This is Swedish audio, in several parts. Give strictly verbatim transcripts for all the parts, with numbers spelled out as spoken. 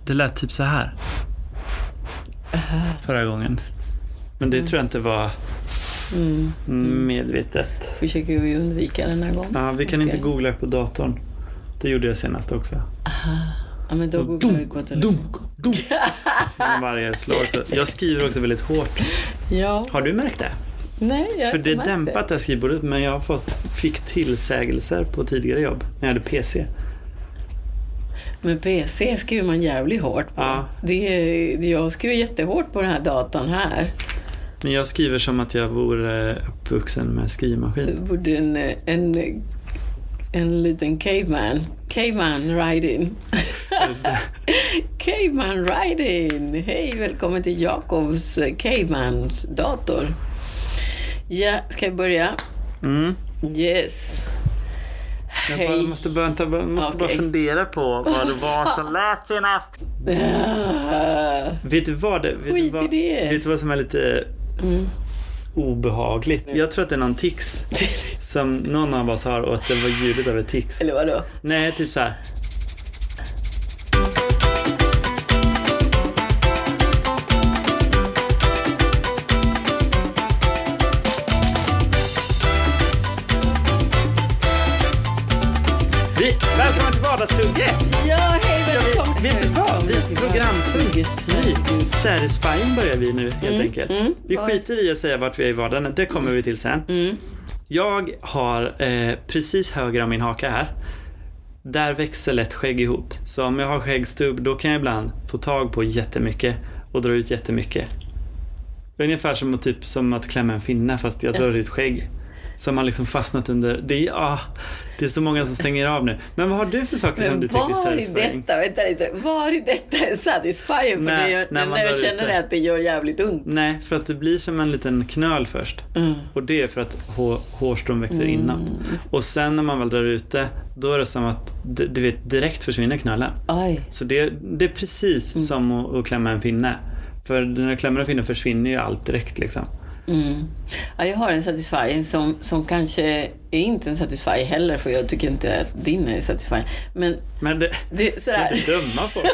Det lät typ så här. Uh-huh. Förra gången. Men det mm. tror jag inte var mm. medvetet. Försöker vi undvika den här gången. Ja, vi kan okay. inte googla på datorn. Det gjorde jag senast också. Aha. Ja, men då googlar vi på telefon. Dunk, dunk. Varje slag. Så jag skriver också väldigt hårt. Ja. Har du märkt det? Nej, jag För det är dämpat det här skrivbordet, men jag har fått, fick tillsägelser på tidigare jobb när jag hade P C. Men P C skriver man jävligt hårt på. Ja. Det är, jag skriver jättehårt på den här datorn här. Men jag skriver som att jag vore uppvuxen med skrivmaskin. Du borde en, en, en liten caveman. Caveman riding. Caveman riding. Hej, välkommen till Jakobs Cavemans dator. Ja, ska jag börja? Mm. Yes. Jag bara, måste, bara, måste okay. bara fundera på vad det var som lät senast. Uh, vet du vad det vet Skit du vad, i det. Vet du vad som är lite mm. obehagligt? Jag tror att det är någon tics som någon av oss har, och att det var ljudet av ett tics. Eller vad då? Nej, typ så här. Välkommen till Vardagstugget! Ja, hej, välkommen! Vet du vad? Vi programtugget. Satisfying börjar vi nu helt mm, enkelt. Mm, vi skiter i att säga vart vi är i vardagen. Det kommer vi till sen. Mm. Jag har eh, precis höger om min haka här. Där växer lätt skägg ihop. Så om jag har skäggstubb, då kan jag ibland få tag på jättemycket och dra ut jättemycket. Ungefär som att, typ, som att klämma en finne, fast jag drar ut skägg. Som har liksom fastnat under. Det är, ah, det är så många som stänger av nu. Men vad har du för saker men som du tycker är satisfying? Var i detta, vänta lite, var i detta är satisfying? För nej, det gör, när, när jag känner det att det gör jävligt ont. Nej, för att det blir som en liten knöl först. Mm. Och det är för att hår, hårstrån växer mm. inåt. Och sen när man väl drar ut det, då är det som att du vet, direkt försvinner knölen. Aj. Så det, det är precis mm. som att, att klämma en finne. För när jag klämmer en finne försvinner ju allt direkt liksom. Mm. Ja, jag har en satisfying som, som kanske är inte en satisfying heller, för jag tycker inte att din är satisfying. Men, Men det, det sådär. Inte döma folk.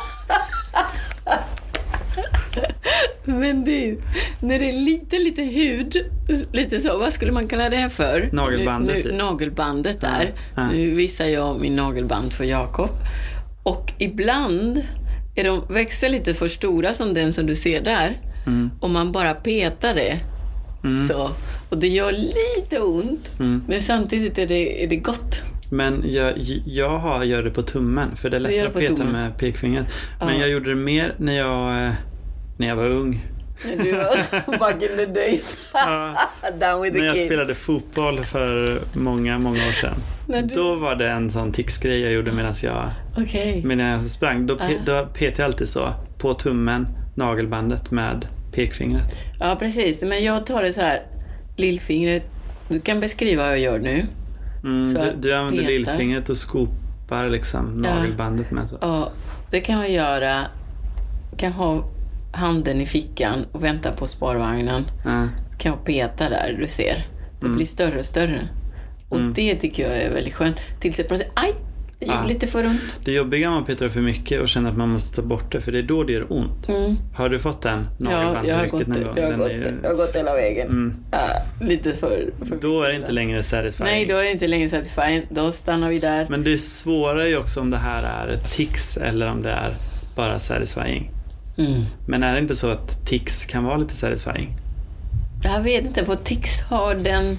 Men det, när det är lite lite hud, lite så, vad skulle man kalla det här för? Nagelbandet. Nu, nu, nagelbandet där. Ja, ja. Nu visar jag min nagelband för Jakob. Och ibland är de växer lite för stora som den som du ser där. Mm. Om man bara petar det mm. så, och det gör lite ont mm. men samtidigt är det, är det gott. Men jag, jag har, gör det på tummen, för det är lättare att peta tummen med pekfingret. Men ja. Jag gjorde det mer när jag när jag var ung. När du var back in the days. Ja. Down with the när jag kids. spelade fotboll för många, många år sedan. Du... Då var det en sån ticsgrej jag gjorde medan jag, okay. medan jag sprang. Då, pe- då petade jag alltid så på tummen, nagelbandet med pekfingret. Ja, precis. Men jag tar det så här, lillfingret. Du kan beskriva vad jag gör nu. Mm, du, du använder petar. Lillfingret och skopar liksom nagelbandet ja. Med så. Ja, det kan jag göra. Kan ha handen i fickan och vänta på spårvagnen. Ja. Så kan jag peta där, du ser. Det mm. blir större och större. Och mm. det tycker jag är väldigt skönt. Tills att man säger, aj! Det gör ja. Lite för ont. Det jobbiga om man petar för mycket och känner att man måste ta bort det, för det är då det gör ont. Mm. Har du fått den nagelbandsrycket någon gång? Jag har, gått, är... jag har gått hela vägen. Mm. Ja, lite för, för då är det inte längre satisfying. Nej, då är det inte längre satisfying. Då stannar vi där. Men det är svårare ju också om det här är tics eller om det är bara satisfying. Mm. Men är det inte så att tics kan vara lite satisfying? Jag vet inte, för tics har den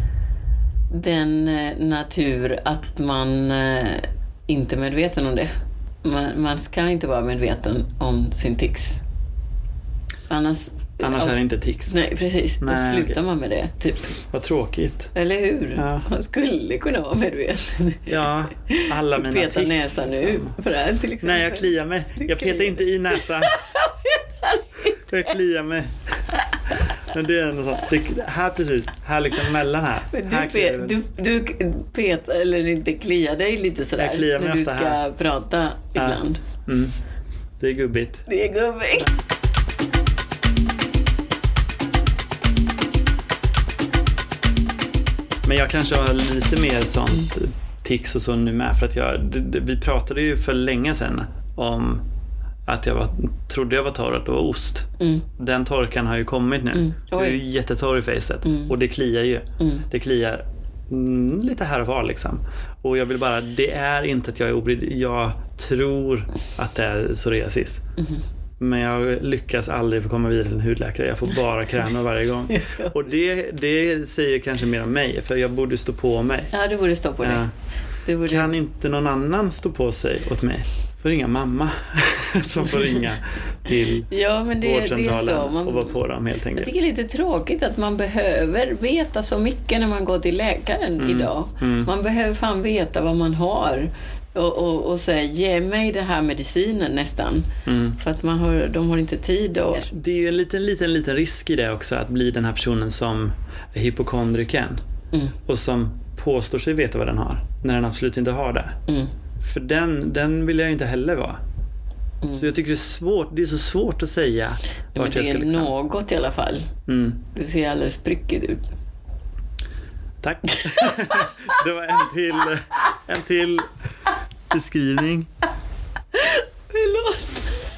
den natur att man inte är medveten om det. Man, man ska inte vara medveten om sin tics. Annars, Annars är det inte tics. Nej, precis. Nej, då slutar okay. man med det. Typ. Vad tråkigt. Eller hur? Ja. Man skulle kunna vara medveten. Ja, alla mina tics. Peta näsan nu. Liksom. För det här, till exempel. Nej, jag kliar mig. Jag petar inte i näsan. Jag kliar mig. Men det är ändå så. Det, här precis. Här liksom mellan här. Men du, här pe, du, du petar eller inte kliar dig lite sådär. Jag kliar mig när du ska här. prata ibland. Ja. Mm. Det är gubbigt. Det är gubbigt. Men jag kanske har lite mer sånt tics och så nu med, för att jag, det, det, vi pratade ju för länge sedan om att jag var, trodde jag var torr, att det var ost. Mm. Den torkan har ju kommit nu. Mm. Jag är ju jättetorr i facet. Mm. Och det kliar ju. Mm. Det kliar mm, lite här och var liksom. Och jag vill bara, det är inte att jag är obrydd. Jag tror att det är psoriasis. Mm. Men jag lyckas aldrig få komma vidare till en hudläkare. Jag får bara krämer varje gång. Och det, det säger kanske mer om mig. För jag borde stå på mig. Ja, du borde stå på dig. Ja. Du borde... Kan inte någon annan stå på sig åt mig? Får ringa mamma. Som får ringa till ja, men det, vårdcentralen det är så. Man, och vara på dem helt enkelt. Jag tycker det är lite tråkigt att man behöver veta så mycket när man går till läkaren mm. idag. Mm. Man behöver fan veta vad man har. Och, och, och säga, ge mig det här medicinen nästan. Mm. För att man har, de har inte tid. Och... Det är ju en liten, liten, liten risk i det också. Att bli den här personen som är hypokondriken. Mm. Och som påstår sig veta vad den har. När den absolut inte har det. Mm. För den, den vill jag ju inte heller vara. Mm. Så jag tycker det är svårt. Det är så svårt att säga. Ja, men det är liksom... något i alla fall. Mm. Du ser alldeles prickig ut. Tack. Det var en till, en till beskrivning. Förlåt.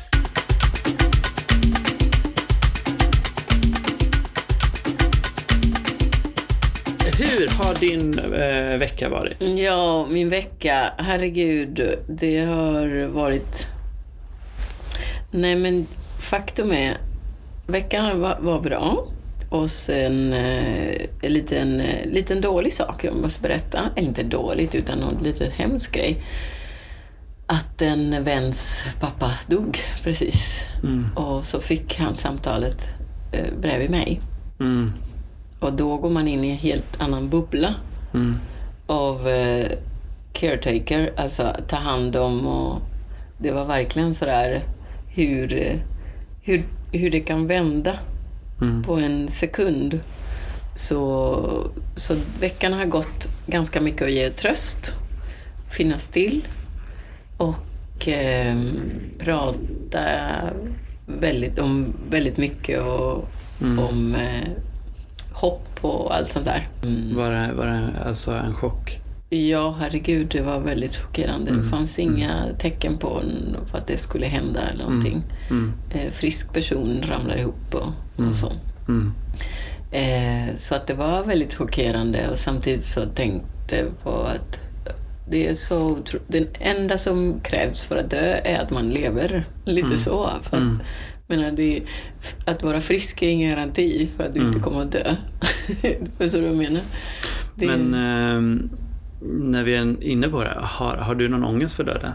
Hur har din äh, vecka varit? Ja, min vecka, herregud, det har varit... Nej, men faktum är, veckan var, var bra. Och sen eh, en liten, eh, liten dålig sak jag måste berätta. Eller inte dåligt, utan någon lite hemsk grej. Att en väns pappa dog precis. Mm. Och så fick han samtalet eh, bredvid mig. Mm. Och då går man in i en helt annan bubbla. Mm. Av eh, caretaker. Alltså ta hand om. Och det var verkligen sådär hur, hur, hur det kan vända. Mm. På en sekund. Så, så veckan har gått ganska mycket att ge tröst. Finnas till. Och eh, prata väldigt, om väldigt mycket. Och mm. om eh, hopp och allt sånt där. Mm. Var det, var det alltså en chock? Ja, herregud, det var väldigt chockerande. Mm. Det fanns inga mm. tecken på, på att det skulle hända eller någonting. Mm. Eh, frisk person ramlar ihop och, mm. och så. Mm. Eh, så att det var väldigt chockerande, och samtidigt så tänkte jag på att det är så, den enda som krävs för att dö är att man lever lite mm. så. För att, mm. menar, det, att vara frisk är ingen garanti för att du mm. inte kommer att dö. För så du menar. Det... Men eh, när vi är inne på det, har, har du någon ångest för döden?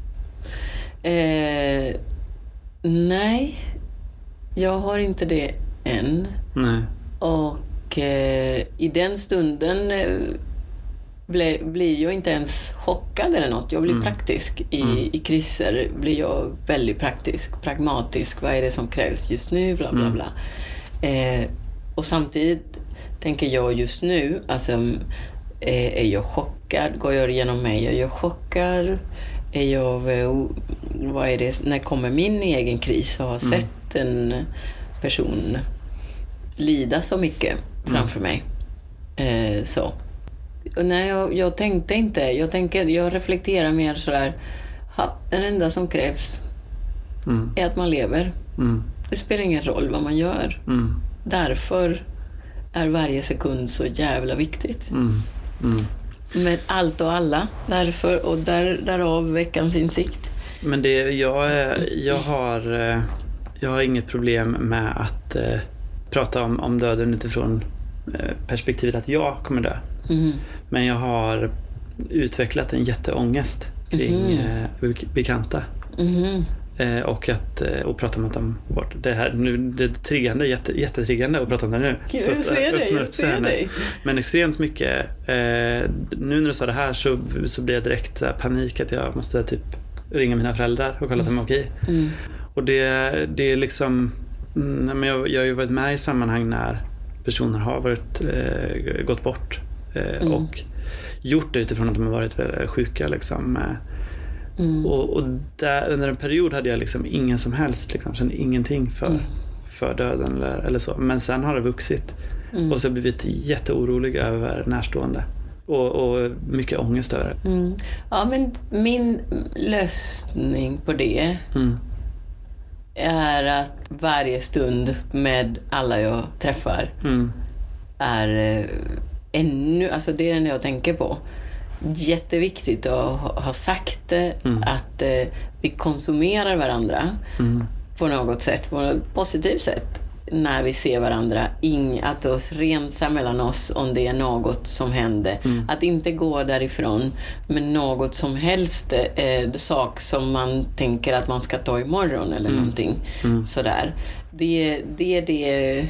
Eh, nej, jag har inte det än. Nej. Och eh, i den stunden eh, ble, blir jag inte ens chockad eller något. Jag blir mm. praktisk. I, mm. I kriser blir jag väldigt praktisk, pragmatisk. Vad är det som krävs just nu? Bla, bla, bla. Mm. Eh, och samtidigt tänker jag just nu, alltså, eh, är jag chockad? Går jag igenom mig? Är jag chockad? Är jag, vad är det, när kommer min egen kris och har mm. sett en person lida så mycket framför mm. mig. Eh, så. Och nej, jag, jag tänkte inte. Jag, tänker, jag reflekterar mer sådär. Ha, den enda som krävs mm. är att man lever. Mm. Det spelar ingen roll vad man gör. Mm. Därför är varje sekund så jävla viktigt. Mm. Mm. Med allt och alla. Därför, och där, därav veckans insikt. Men det, jag, jag, har, jag har inget problem med att eh, prata om, om döden utifrån eh, perspektivet att jag kommer dö. Mm. Men jag har utvecklat en jätteångest kring mm. eh, bekanta. Mm. Eh, och att eh, och prata om att de bort. Det här nu, det är triggande, jätte, jättetriggande att prata om det nu. Gud, så jag ser dig, jag ser dig. Men extremt mycket. Eh, nu när du sa det här så, så blir jag direkt så här, panik att jag måste typ ringa mina föräldrar och kolla att de är okej. Mm. Och det, det är liksom, nej, men jag, jag har ju varit med i sammanhang när personer har varit, eh, gått bort eh, mm. och gjort det utifrån att de har varit sjuka liksom. Mm. Och, och där, under en period hade jag liksom ingen som helst liksom, kände ingenting för, mm. för döden eller, eller så. Men sen har det vuxit mm. och så har jag blivit jätteorolig över närstående och, och mycket ångest över det. Mm. Ja, men min lösning på det mm. är att varje stund med alla jag träffar Mm. är eh, ännu, alltså det är det jag tänker på. Jätteviktigt att ha, ha sagt det, Mm. att eh, vi konsumerar varandra Mm. på något sätt, på något positivt sätt när vi ser varandra. Ing, att oss rensa mellan oss om det är något som händer. Mm. Att inte gå därifrån med något som helst eh, sak som man tänker att man ska ta imorgon eller Mm. någonting Mm. sådär. Det, det är det.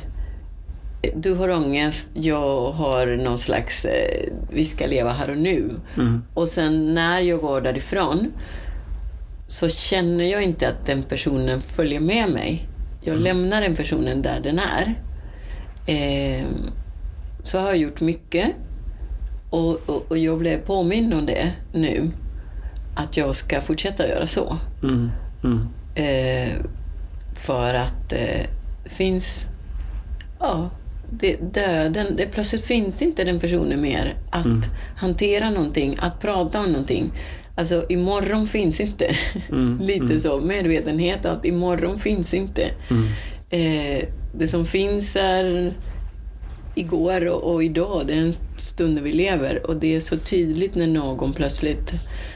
Du har ångest, jag har någon slags eh, vi ska leva här och nu. Mm. Och sen när jag går därifrån så känner jag inte att den personen följer med mig. Jag Mm. lämnar den personen där den är. Eh, så har jag gjort mycket. Och, och, och jag blev påmind om det nu. Att jag ska fortsätta göra så. Mm. Mm. Eh, för att eh, finns... Ja, det, döden... Det plötsligt finns inte den personen mer. Att Mm. hantera någonting. Att prata om någonting. Alltså imorgon finns inte. Mm. Lite Mm. så medvetenhet att imorgon finns inte. Mm. Eh, det som finns är igår och, och idag. Det är en stund vi lever. Och det är så tydligt när någon plötsligt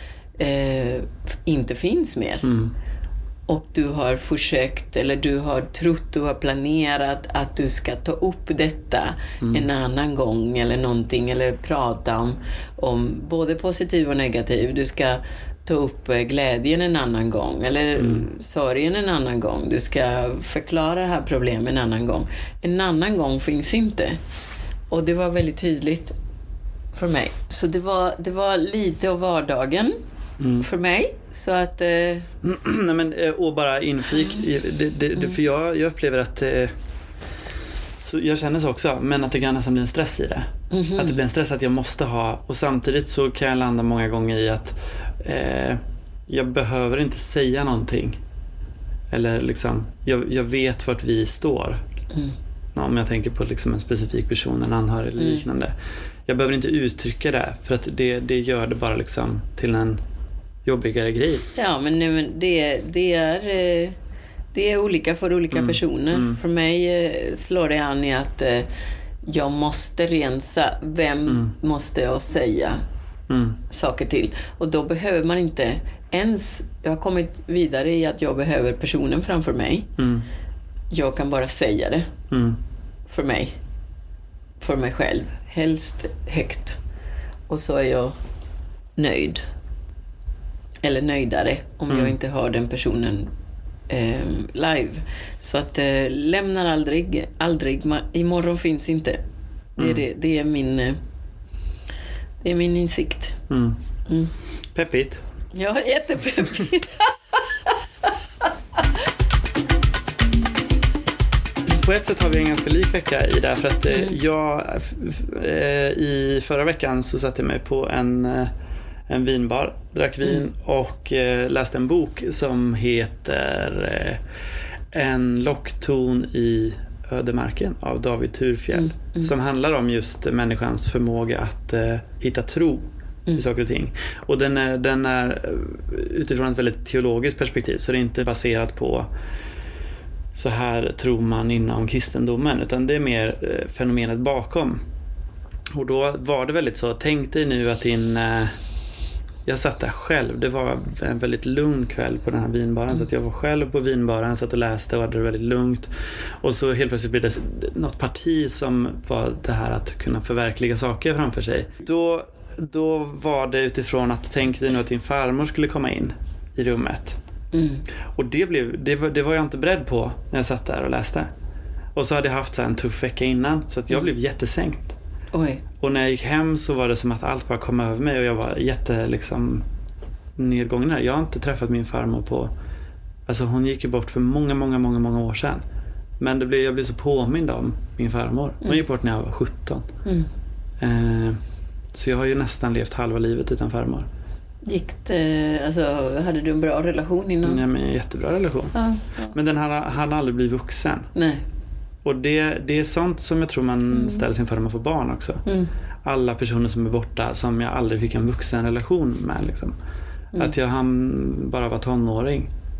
eh, inte finns mer. Mm. Och du har försökt eller du har trott, du har planerat att du ska ta upp detta Mm. en annan gång eller någonting, eller prata om, om både positiv och negativ. Du ska ta upp eh, glädjen en annan gång eller Mm. sorgen en annan gång. Du ska förklara det här problemet en annan gång. En annan gång finns inte. Och det var väldigt tydligt för mig. Så det var, det var lite av vardagen Mm. för mig. Så att... Eh, Nej, men, eh, och bara inflik, det, det, det, för jag, jag upplever att eh, så jag känner så också, men att det kan nästan bli en stress i det. Mhm. Att det blir en stress att jag måste ha, och samtidigt så kan jag landa många gånger i att eh, jag behöver inte säga någonting. Eller liksom, jag, jag vet vart vi står. Mm. Om jag tänker på liksom en specifik person, en anhörig eller Mm. liknande. Jag behöver inte uttrycka det, för att det, det gör det bara liksom till en jobbigare grej. Ja, men, nej, men det, det, är, eh, det är olika för olika Mm, personer. mm. För mig eh, slår det an i att eh, jag måste rensa. Vem Mm. måste jag säga Mm. saker till? Och då behöver man inte ens... Jag har kommit vidare i att jag behöver personen framför mig. Mm. Jag kan bara säga det Mm. för mig. För mig själv. Helst högt. Och så är jag nöjd. Eller nöjdare om Mm. jag inte har den personen eh, live. Så att eh, lämnar aldrig, aldrig. Ma- imorgon finns inte. Det är, Mm. det, det är min eh, det är min insikt. Mm. Mm. Peppigt. Ja, jättepeppigt. På ett sätt har vi en ganska lik vecka i det, för att eh, Mm. jag f- f- eh, i förra veckan så satte jag mig på en, eh, en vinbar, drack vin Mm. och eh, läste en bok som heter eh, En lockton i ödemarken av David Thurfjell, Mm, mm. som handlar om just människans förmåga att eh, hitta tro Mm. i saker och ting. Och den är, den är utifrån ett väldigt teologiskt perspektiv, så det är inte baserat på så här tror man inom kristendomen, utan det är mer eh, fenomenet bakom. Och då var det väldigt så, tänk dig nu att din eh, jag satt där själv, det var en väldigt lugn kväll på den här vinbaren, mm. så att jag var själv på vinbaren, satt och läste och hade det väldigt lugnt, och så helt plötsligt blev det något parti som var det här att kunna förverkliga saker framför sig. Då, då var det utifrån att tänk dig nu att din farmor skulle komma in i rummet. Mm. Och det, blev, det, var, det var jag inte beredd på när jag satt där och läste. Och så hade jag haft så här en tuff vecka innan, så att jag Mm. blev jättesänkt. Oj. Och när jag gick hem så var det som att allt bara kom över mig, och jag var jätte liksom nedgången här. Jag har inte träffat min farmor på, alltså hon gick ju bort för många, många, många, många år sedan. Men det blev, jag blev så påmind om min farmor. Hon Mm. gick bort när jag var sjutton. Mm. Eh, så jag har ju nästan levt halva livet utan farmor. Gick det, alltså, hade du en bra relation innan? Ja, men en jättebra relation. Ja, ja. Men den hann, hann aldrig bli vuxen. Nej. Och det, det är sånt som jag tror man Mm. ställs inför när man får barn också. Mm. Alla personer som är borta som jag aldrig fick en vuxen relation med liksom. Mm. Att jag han bara var tonåring.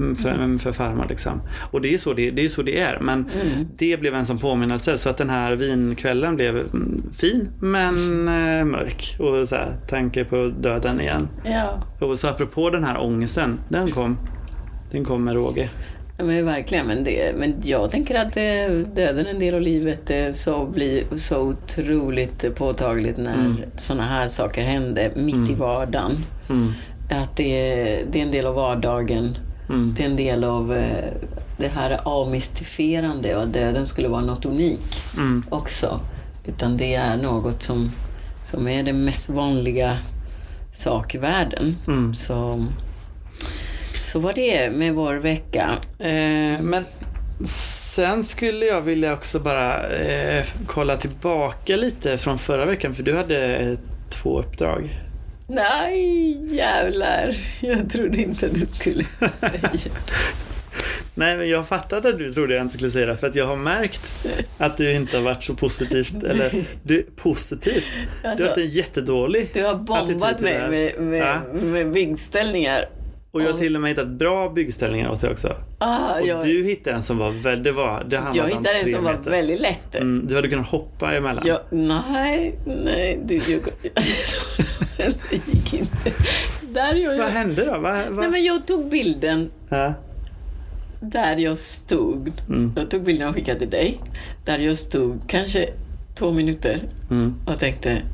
för, för farmor liksom. Och det är så det, det är så det är. Men mm. det blev en sån påminnelse, så att den här vinkvällen blev fin men äh, mörk och så här, tanke på döden igen. Ja. Och så apropå den här ångesten, den kom den kom med råge. Ja, men verkligen, men, det, men jag tänker att det, döden är en del av livet, det så blir så otroligt påtagligt när mm. såna här saker händer mitt mm. i vardagen. Mm. Att det är, det är en del av vardagen. Mm. Det är en del av eh, det här avmystifierande och att döden skulle vara något unikt mm. också. Utan det är något som, som är det mest vanliga sak i världen. Mm. Så, så var det med vår vecka. Eh, men sen skulle jag vilja också bara eh, kolla tillbaka lite från förra veckan. För du hade eh, två uppdrag. Nej, jävlar. Jag trodde inte att du skulle säga det. Nej, men jag fattade att du trodde jag inte skulle säga det. För att jag har märkt att du inte har varit så positivt. Eller du positiv. Alltså, du har varit en jättedålig. Du har bombat mig med, med, ja. med byggställningar. Och jag har till och med hittat bra byggställningar åt dig också. Ah, och jag... du hittade en som var väldigt... Var, det jag hittade en som meter. var väldigt lätt. Mm, du hade kunnat hoppa emellan. Ja, nej, nej. Du, du, det gick inte. Där jag, vad hände då? Vad, vad... Nej, men jag tog bilden... Ja. Där jag stod. Mm. Jag tog bilden och skickade till dig. Där jag stod kanske två minuter. Mm. Och tänkte...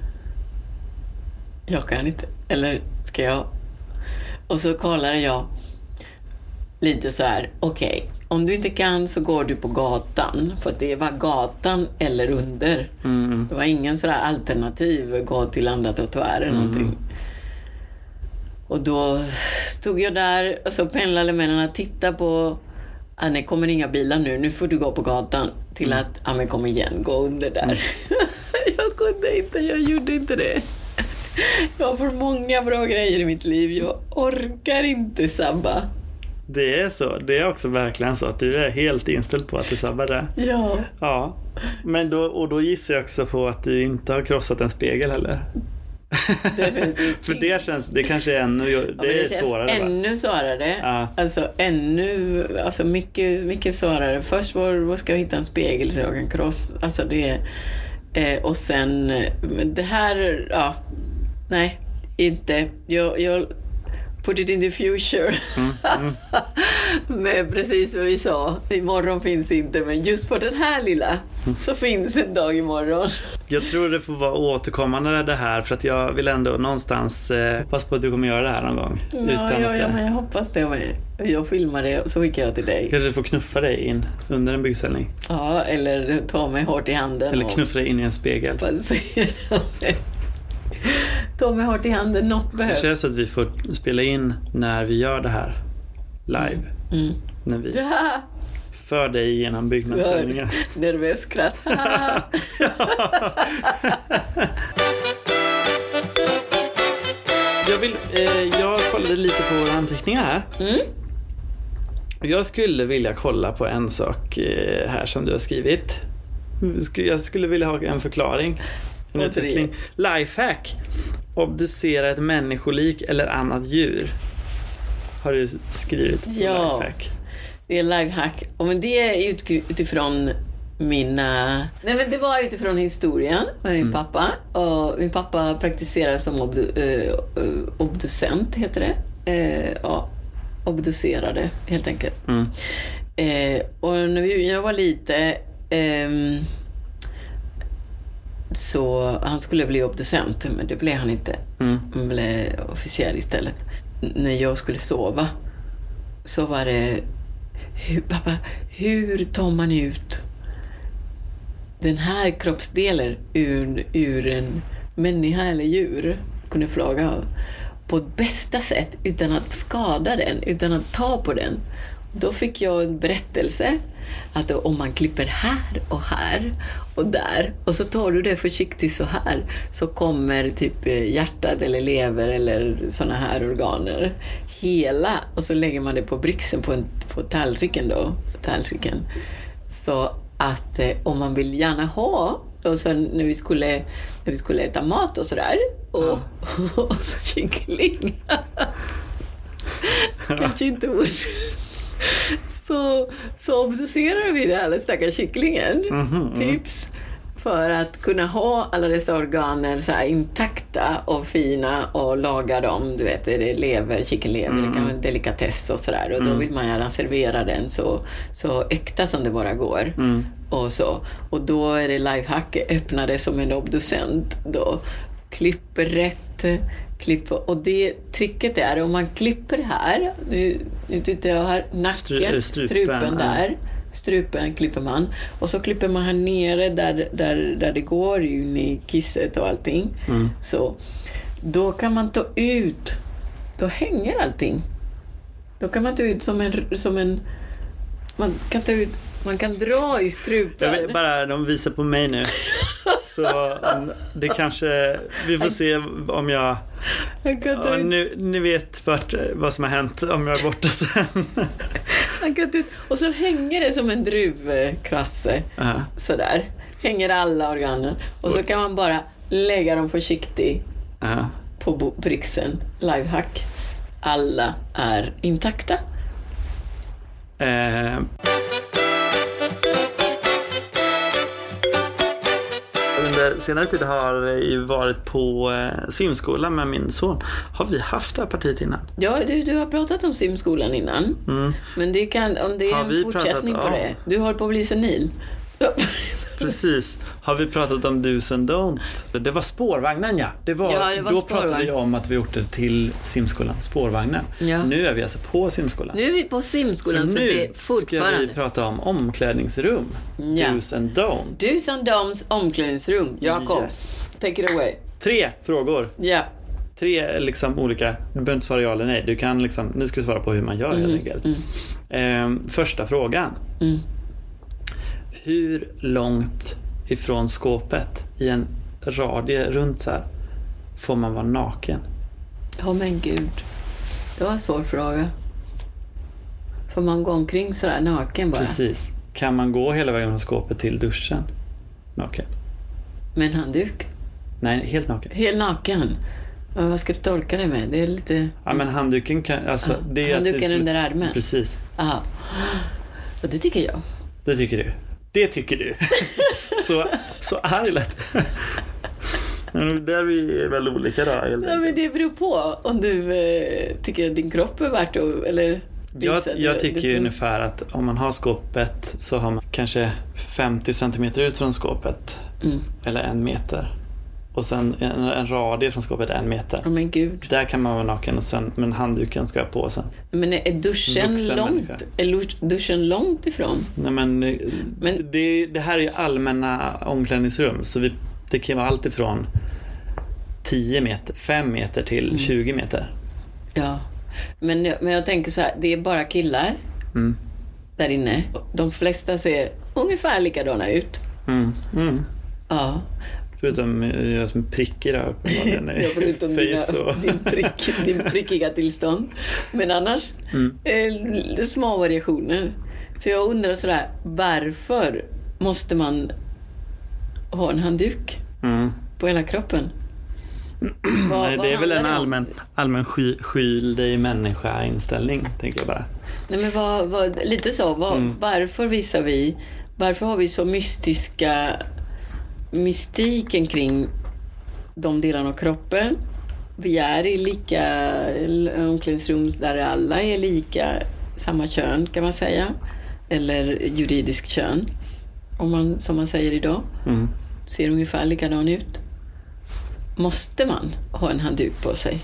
Jag kan inte. Eller ska jag... Och så kollade jag lite så här, okej, okay, om du inte kan så går du på gatan. För att det var gatan eller under. Mm. Det var ingen sådär alternativ, gå till andra trottoarer mm. någonting. Och då stod jag där och så pendlade mellan att titta på, ah, nej, kommer inga bilar nu, nu får du gå på gatan. Till mm. att, ja ah, men kom igen, gå under där. Mm. Jag kunde inte, jag gjorde inte det. Jag har för många bra grejer i mitt liv. Jag orkar inte sabba. Det är så. Det är också verkligen så att du är helt inställd på att du sabbar det. Ja. Ja. Men då, och då gissar jag också på att du inte har krossat en spegel heller. För det känns, det kanske är ännu, det, ja, det är svårare. Ännu va? svårare. Ja. Alltså ännu, alltså mycket, mycket svårare. Först var, var ska jag hitta en spegel så jag kan krossa. Alltså det eh, och sen det här, ja. Nej, inte. Jag, jag put it in the future. Mm, mm. Men precis vad vi sa. Imorgon finns inte, men just på den här lilla mm. så finns en dag imorgon. Jag tror det får vara återkommande det här. För att jag vill ändå någonstans eh, hoppas på att du kommer göra det här någon gång. Ja, utan ja, att, ja men jag hoppas det med. Jag filmar det och så skickar jag till dig. Kanske du får knuffa dig in under en byggställning. Ja, eller ta mig hårt i handen. Eller knuffa dig in i en spegel. Ta mig hårt i handen, något behövs. Det känns att vi får spela in när vi gör det här live. Mm. När vi för dig genom byggnadsställningar. Nervös skratt. jag vill, eh, jag kollade lite på våra anteckningar här. Mm. Jag skulle vilja kolla på en sak eh, här som du har skrivit. Jag skulle vilja ha en förklaring. En utveckling. Lifehack. Obducera ett människolik eller annat djur. Har du skrivit på ja, lifehack? Det är lifehack. Och men det är ut, utifrån mina... Nej, men det var utifrån historien med min mm. pappa. Och min pappa praktiserar som obdu, eh, obducent, heter det. Eh, ja, obducerade, helt enkelt. Mm. Eh, och när jag var lite... Eh, så han skulle bli obducent, men det blev han inte. Mm. Han blev officer istället. När jag skulle sova så var det hur, pappa, hur tar man ut den här kroppsdelen ur, ur en människa eller djur? Kunde fråga på ett bästa sätt utan att skada den, utan att ta på den. Då fick jag en berättelse att om man klipper här och här och där och så tar du det försiktigt så här, så kommer typ hjärtat eller lever eller såna här organer hela, och så lägger man det på brixen på, en, på tallriken då, tallriken. Så att eh, om man vill gärna ha, och så när vi skulle när vi skulle äta mat och sådär och, ja. och, och så kyckling kanske inte ord så, så obducerar vi den här stackars kycklingen. Mm-hmm. Tips för att kunna ha alla dessa organer så här intakta och fina och laga dem. Du vet, det är lever, kycklinglever, mm. det kan vara en delikatess och sådär. Och då mm. vill man gärna servera den så, så äkta som det bara går. Mm. Och, så. Och då är det lifehack, öppna det som en obducent då. Klipper rätt, klipper, och det tricket är om man klipper här, nu, nu tittar jag här, nacken, Stru, strupen, strupen där, strupen klipper man, och så klipper man här nere där, där, där det går in i kisset och allting, mm. så då kan man ta ut, då hänger allting, då kan man ta ut som en, som en man kan ta ut, man kan dra i strupen. Jag vet bara, de visar på mig nu. Så um, det kanske, vi får se om jag, jag kan ta ja, ut. nu, ni vet vart, vad som har hänt om jag är borta sen. Man kan ta ut. Och så hänger det som en druvkrasse. Uh-huh. Sådär. Hänger alla organen. Och så kan man bara lägga dem försiktigt uh-huh. på brixen. Lifehack. Alla är intakta. Uh. Under senare tid har jag varit på simskola med min son. Har vi haft det här partiet innan? Ja, du, du har pratat om simskolan innan. Mm. Men det kan, om det är har en fortsättning pratat, på ja. det. Du har på att bli senil. Precis. Har vi pratat om do's and don't? Det var spårvagnen, ja. Det var, ja det var då spårvagn. pratade vi om att vi åkte till simskolan. Spårvagnen. Ja. Nu är vi alltså på simskolan. Nu är vi på simskolan, så, så nu det är fortfarande. ska vi prata om omklädningsrum. Ja. Do's and don't. Do's and don'ts omklädningsrum. Jakob, Yes. take it away. Tre frågor. Ja. Tre liksom olika, du behöver inte svara ja eller nej. Du kan liksom, nu ska vi svara på hur man gör Mm, helt enkelt. mm. Ehm, första frågan. Mm. Hur långt ifrån skåpet i en radie runt så här får man vara naken? Ja, men gud. Det var en svår fråga. Får man gå omkring sådär naken bara? Precis. Kan man gå hela vägen från skåpet till duschen naken? Med en handduk? Nej, helt naken. Helt naken? Men vad ska du tolka det med? Det är lite... Ja, men handduken kan... Alltså, Ja, det är handduken att du skulle... under armen? Precis. Aha. Och det tycker jag. Det tycker du. Det tycker du. så, så arg lätt. Där är vi väl olika då. Ja, men det beror på om du eh, tycker att din kropp är värt att... Eller jag, jag det, tycker det ju finns... ungefär att om man har skåpet så har man kanske femtio centimeter ut från skåpet. Mm. Eller en meter. Och sen en, en radie från skåpet en meter. Oh, men gud. Där kan man vara naken och sen, men handduken ska på sen. Men är duschen Vuxen långt? människa. Är duschen långt ifrån? Nej, men, Men- det, det här är ju allmänna omklädningsrum. Så vi, det kan vara allt ifrån tio meter, fem meter till Mm. tjugo meter. Ja. Men, men jag tänker så här, det är bara killar Mm. där inne. De flesta ser ungefär likadana ut. Mm. Mm. Ja. Förutom jag som prickig där uppenbarligen. Ja, förutom dina, face och... din, prick, din prickiga tillstånd. Men annars Mm. eh, små variationer. Så jag undrar sådär, varför måste man ha en handduk Mm. på hela kroppen? Vad- Nej, vad det är väl handlar en det om? allmän, allmän sky, skyl dig människa inställning, tänker jag bara. Nej, men vad, vad, lite så. Vad, Mm. Varför visar vi, varför har vi så mystiska mystiken kring de delarna av kroppen? Vi är i lika omklädningsrum där alla är lika samma kön, kan man säga. Eller juridisk kön, om man, som man säger idag. Mm. Ser ungefär likadan ut. Måste man ha en handduk på sig?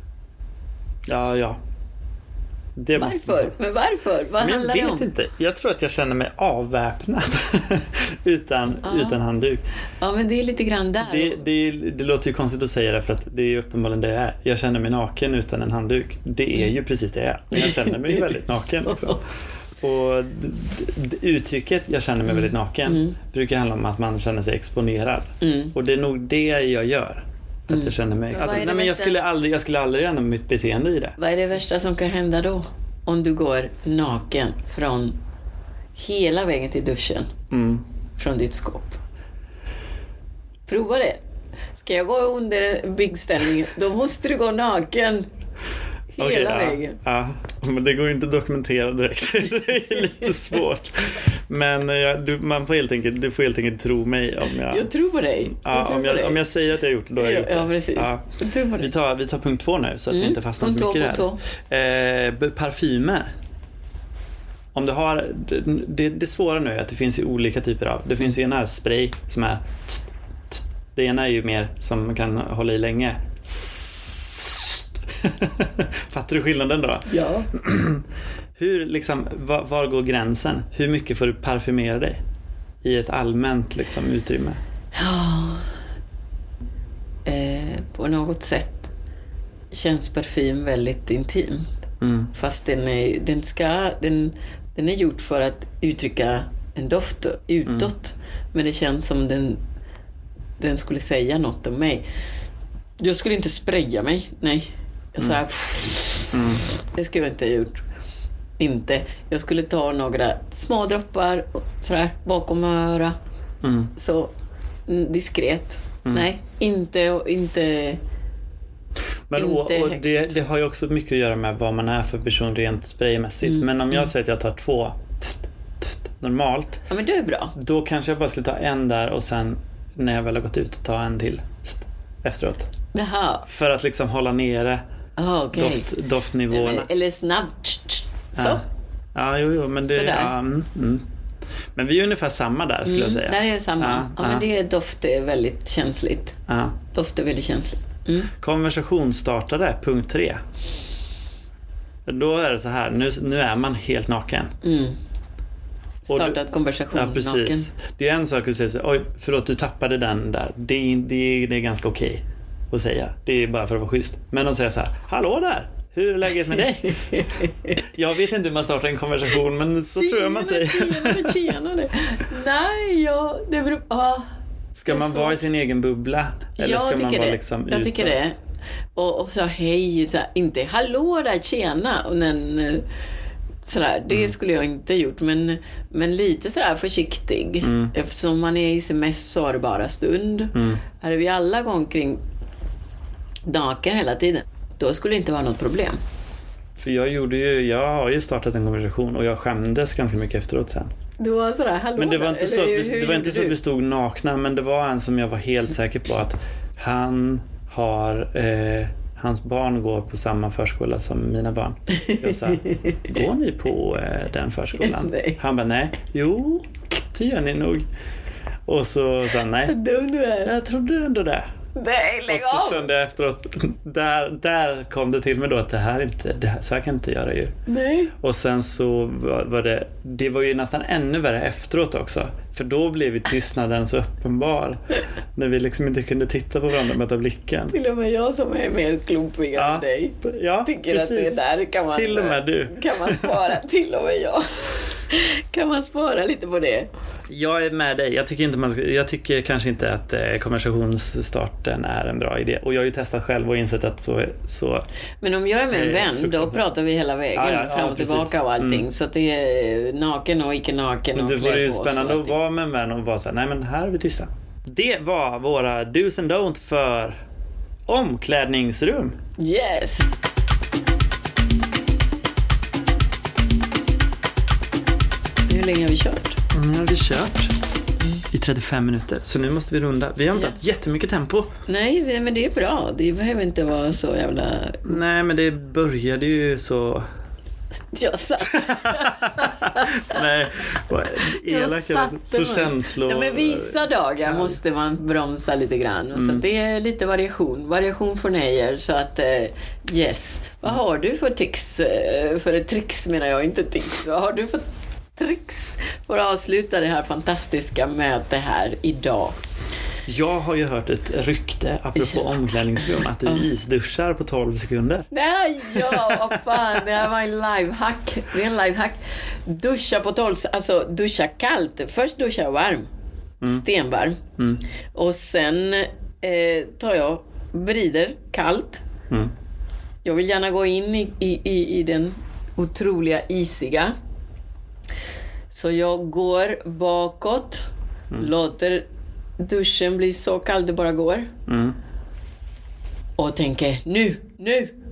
Ja, ja. Det måste man Varför? ha. Men varför? Vad Men jag handlar det vet om? inte. Jag tror att jag känner mig avväpnad utan, Ja. utan handduk. Ja, men det är lite grann där. Det, det, det låter ju konstigt att säga det, för att det är ju uppenbarligen det jag är. Jag känner mig naken utan en handduk. Det är ju precis det jag är. Jag känner mig väldigt naken liksom. Och d- d- uttrycket jag känner mig väldigt naken Mm. brukar handla om att man känner sig exponerad. Mm. Och det är nog det jag gör. Att Mm. jag känner mig Vad alltså, är det nej, men jag värsta? skulle aldrig jag skulle aldrig ändra mitt beteende i det. Vad är det värsta som kan hända då? Om du går naken från hela vägen till duschen Mm. från ditt skåp. Prova det. Ska jag gå under byggställningen, då måste du gå naken Hela okay, ja, vägen. Ja, men det går ju inte att dokumentera direkt. Det är lite svårt. Men ja, du, man får helt enkelt, du får helt enkelt tro mig om jag... Jag tror på dig. Ja, jag tror om, på jag, dig. om jag säger att jag har gjort det, då har jag gjort det. Ja, precis. Ja. Jag tror på dig. Vi tar, vi tar punkt två nu så att mm. vi inte fastnar punkt för mycket två, där. Eh, parfymer. Om du har... Det, det svåra nu är att det finns ju olika typer av... Det finns ju en här spray som är... Det ena är ju mer som man kan hålla i länge. Fattar du skillnaden då? Ja. Hur liksom, var, var går gränsen? Hur mycket får du parfymera dig i ett allmänt liksom, utrymme? Ja. Eh, på något sätt känns parfym väldigt intim. Mm. Fast den är, den ska, den, den är gjord för att uttrycka en doft utåt. Mm. Men det känns som den, den skulle säga något om mig. Jag skulle inte spraya mig, nej. Jag sa mm. mm. Det skulle jag inte ha gjort. Inte. Jag skulle ta några små droppar sådär bakom öra. Mm. Så diskret. Mm. Nej, inte inte Men inte och, och det, det har ju också mycket att göra med vad man är för person rent spraymässigt. Mm. Men om jag mm. säger att jag tar två tft, tft, normalt. Ja, men det är bra. Då kanske jag bara skulle ta en där och sen när jag väl har gått ut ta en till efteråt. Jaha. För att liksom hålla nere oh, okay. doft, doftnivåerna. Eller, eller snabbt. Så. Ja, ja jo, jo, men det ja, mm, mm. Men vi är ungefär samma där skulle mm, jag säga. Där är det samma. Ja, ja, ja. Men det är doft är väldigt känsligt. Ja. Doft är väldigt känsligt. Mm. Konversationsstartare, punkt tre. Då är det så här, nu, nu är man helt naken. Mm. Startat konversation ja, precis. Naken. Det är en sak att säga så, oj, förlåt, du tappade den där. Det, det, det är ganska okej att säga. Det är bara för att vara schysst. Men att säga så här, hallå där, hur är läget med dig? Jag vet inte hur man startar en konversation, men så tjena, tror jag man säger. Tjena, tjena. Nej, ja, det beror... Ah, ska man vara i sin egen bubbla? Eller jag ska man vara det. liksom Jag tycker det. Och, och så hej, så här, inte hallå där, tjena. Och den... Sådär, det mm. skulle jag inte gjort, men, men lite sådär försiktig. Mm. Eftersom man är i sin mest sårbara stund. Mm. Här är vi alla gång omkring naken hela tiden. Då skulle det inte vara något problem. För jag gjorde ju, jag har ju startat en konversation och jag skämdes ganska mycket efteråt sen. Du var sådär, hallå. Men det var inte där, så, att hur, vi, hur det var inte så att vi stod nakna, men det var en som jag var helt säker på att han har... Eh, hans barn går på samma förskola som mina barn. Så jag sa, går ni på eh, den förskolan? Nej. Han bara, nej. Jo, det gör ni nog. Och så sa han, nej. Dum du är. Jag trodde ändå det. Nej, lägg av! Och så kände jag efteråt, där, där kom det till mig då att det här inte, det här, så här kan jag inte göra ju. Nej. Och sen så var, var det, det var ju nästan ännu värre efteråt också. För då blev vi tystnaden så uppenbar. När vi liksom inte kunde titta på varandra med blicken. Till och med jag som är mer klumpig ja, än dig. Ja, tycker precis. Att det där kan man, till och med du. Kan man spara, till och med jag. Kan man spara lite på det? Jag är med dig. Jag tycker, inte man, jag tycker kanske inte att eh, konversationsstarten är en bra idé. Och jag har ju testat själv och insett att så... så men om jag är med en vän, då pratar vi hela vägen. Ja, ja, fram och ja, tillbaka och allting. Mm. Så att det är naken och icke naken. Men det och vore ju spännande att vara med en vän och bara säga, nej men här är vi tysta. Det var våra do's and don'ts för omklädningsrum. Yes! Hur länge har vi kört? Nu har vi kört i trettiofem minuter. Så nu måste vi runda. Vi har inte haft jättemycket tempo. Nej, men det är bra. Det behöver inte vara så jävla... Nej, men det började ju så... Jag satt. Nej, vad elak så känslor. Ja, men vissa dagar kan... måste man bromsa lite grann. Och mm. Så det är lite variation. Variation för nejer. Så att, yes. Vad har du för tics? För ett tricks menar jag, inte tics. Vad har du för tricks för att avsluta det här fantastiska mötet här idag? Jag har ju hört ett rykte apropå omklädningsrum att du isduschar på tolv sekunder. Nej, ja, vad fan, det här var en livehack. Det är en livehack. Duscha på tolv, alltså duscha kallt. Först duscha varm, mm. stenvarm. Mm. Och sen eh, tar jag, vrider kallt. Mm. Jag vill gärna gå in i, i, i den otroliga isiga. Så jag går bakåt, mm. låter duschen blir så kall det bara går. Mm. Och tänker, nu, nu,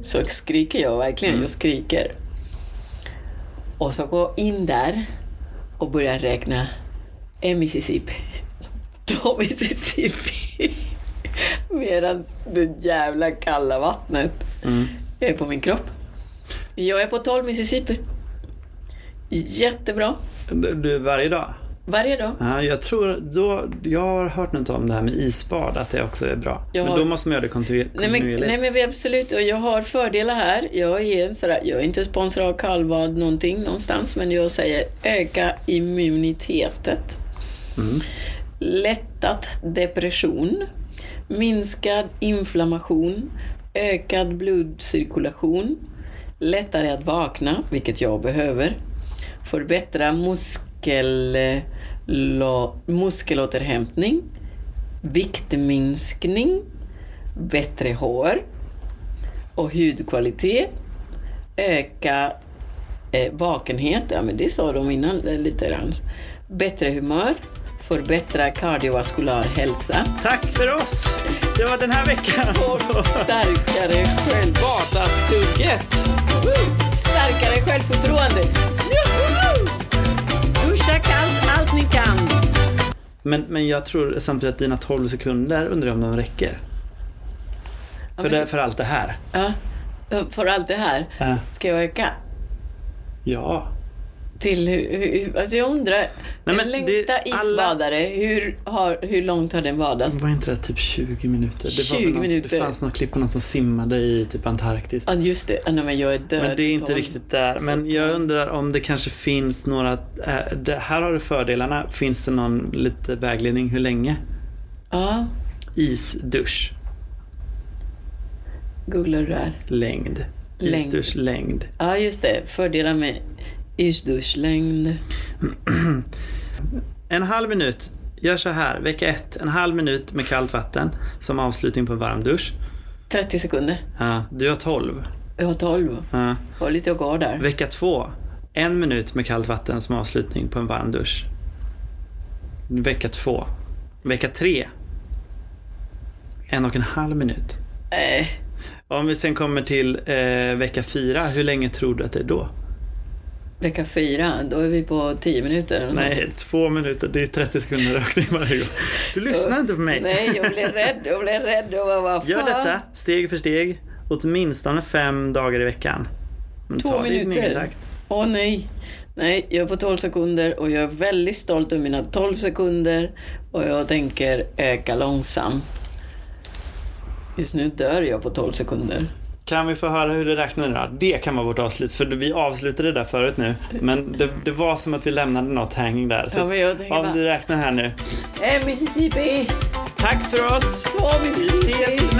så skriker jag verkligen. Mm. Jag skriker. Och så går in där och börjar räkna. En Mississippi. Två Mississippi. Medan det jävla kalla vattnet mm. är på min kropp. Jag är på tolv Mississippi. Jättebra. Du, varje dag? Varje dag. Ja, jag tror då, jag har hört något om det här med isbad, att det också är bra. Jag men har... då måste man göra det kontinuerligt. Nej men, nej men vi absolut, och jag har fördelar här. Jag är, en sådär, jag är inte sponsrad av kallbad någonting någonstans, men jag säger öka immunitetet. Mm. Lättat depression, minskad inflammation, ökad blodcirkulation, lättare att vakna, vilket jag behöver, förbättra muskel, lo, muskelåterhämtning, viktminskning, bättre hår och hudkvalitet, öka eh, vakenhet, ja men det sa de innan lite grann, bättre humör, förbättra kardiovaskulär hälsa. Tack för oss! Det var den här veckan. Och starkare själv. Vardagsstugget. Starkare självförtroende. Duscha kallt allt ni kan. Men, men jag tror samtidigt att dina tolv sekunder undrar om de räcker. Ja, för, det, för allt det här. Ja, för allt det här. Ja. Ska jag öka? Ja. Till hur, alltså jag undrar, nej, den men längsta det, isbadare, alla... hur, har, hur långt har den badat? Var inte det typ tjugo minuter? Det, tjugo var någon, minuter. Det fanns något klipp på någon som simmade i typ Antarktis. Ja just det, nej, men jag är död. Men det är inte tolv. Riktigt där. Men jag undrar om det kanske finns några, äh, det, här har du fördelarna. Finns det någon lite vägledning hur länge? Ja. Isdusch. Googlar du där? Längd. Isdusch längd. Ja just det, fördelar med isduschlängd. En halv minut. Gör så här. Vecka ett. En halv minut med kallt vatten som avslutning på en varm dusch. trettio sekunder. Ja, du har tolv. Jag har tolv. Ja. Har lite att gå där. Vecka två. En minut med kallt vatten som avslutning på en varm dusch. Vecka två. Vecka tre. En och en halv minut. Äh. Om vi sen kommer till eh, vecka fyra. Hur länge tror du att det är då? Vecka fyra, då är vi på tio minuter. Eller nej, något. två minuter. Det är trettio sekunder ökning varje gång. Du lyssnar inte på mig. Nej, jag blir rädd. Jag blir rädd. Och vad fan? Gör detta steg för steg. Åtminstone fem dagar i veckan. Men Två minuter. Åh nej. Nej, jag är på tolv sekunder och jag är väldigt stolt över mina tolv sekunder. Och jag tänker öka långsamt. Just nu dör jag på tolv sekunder. Kan vi få höra hur det räknar då? Det kan vara vårt avslut. För vi avslutade det där förut nu. Men det, det var som att vi lämnade något hanging där. Så ja, om bara... du räknar här nu. En Mississippi. Tack för oss. Två Mississippi. Vi ses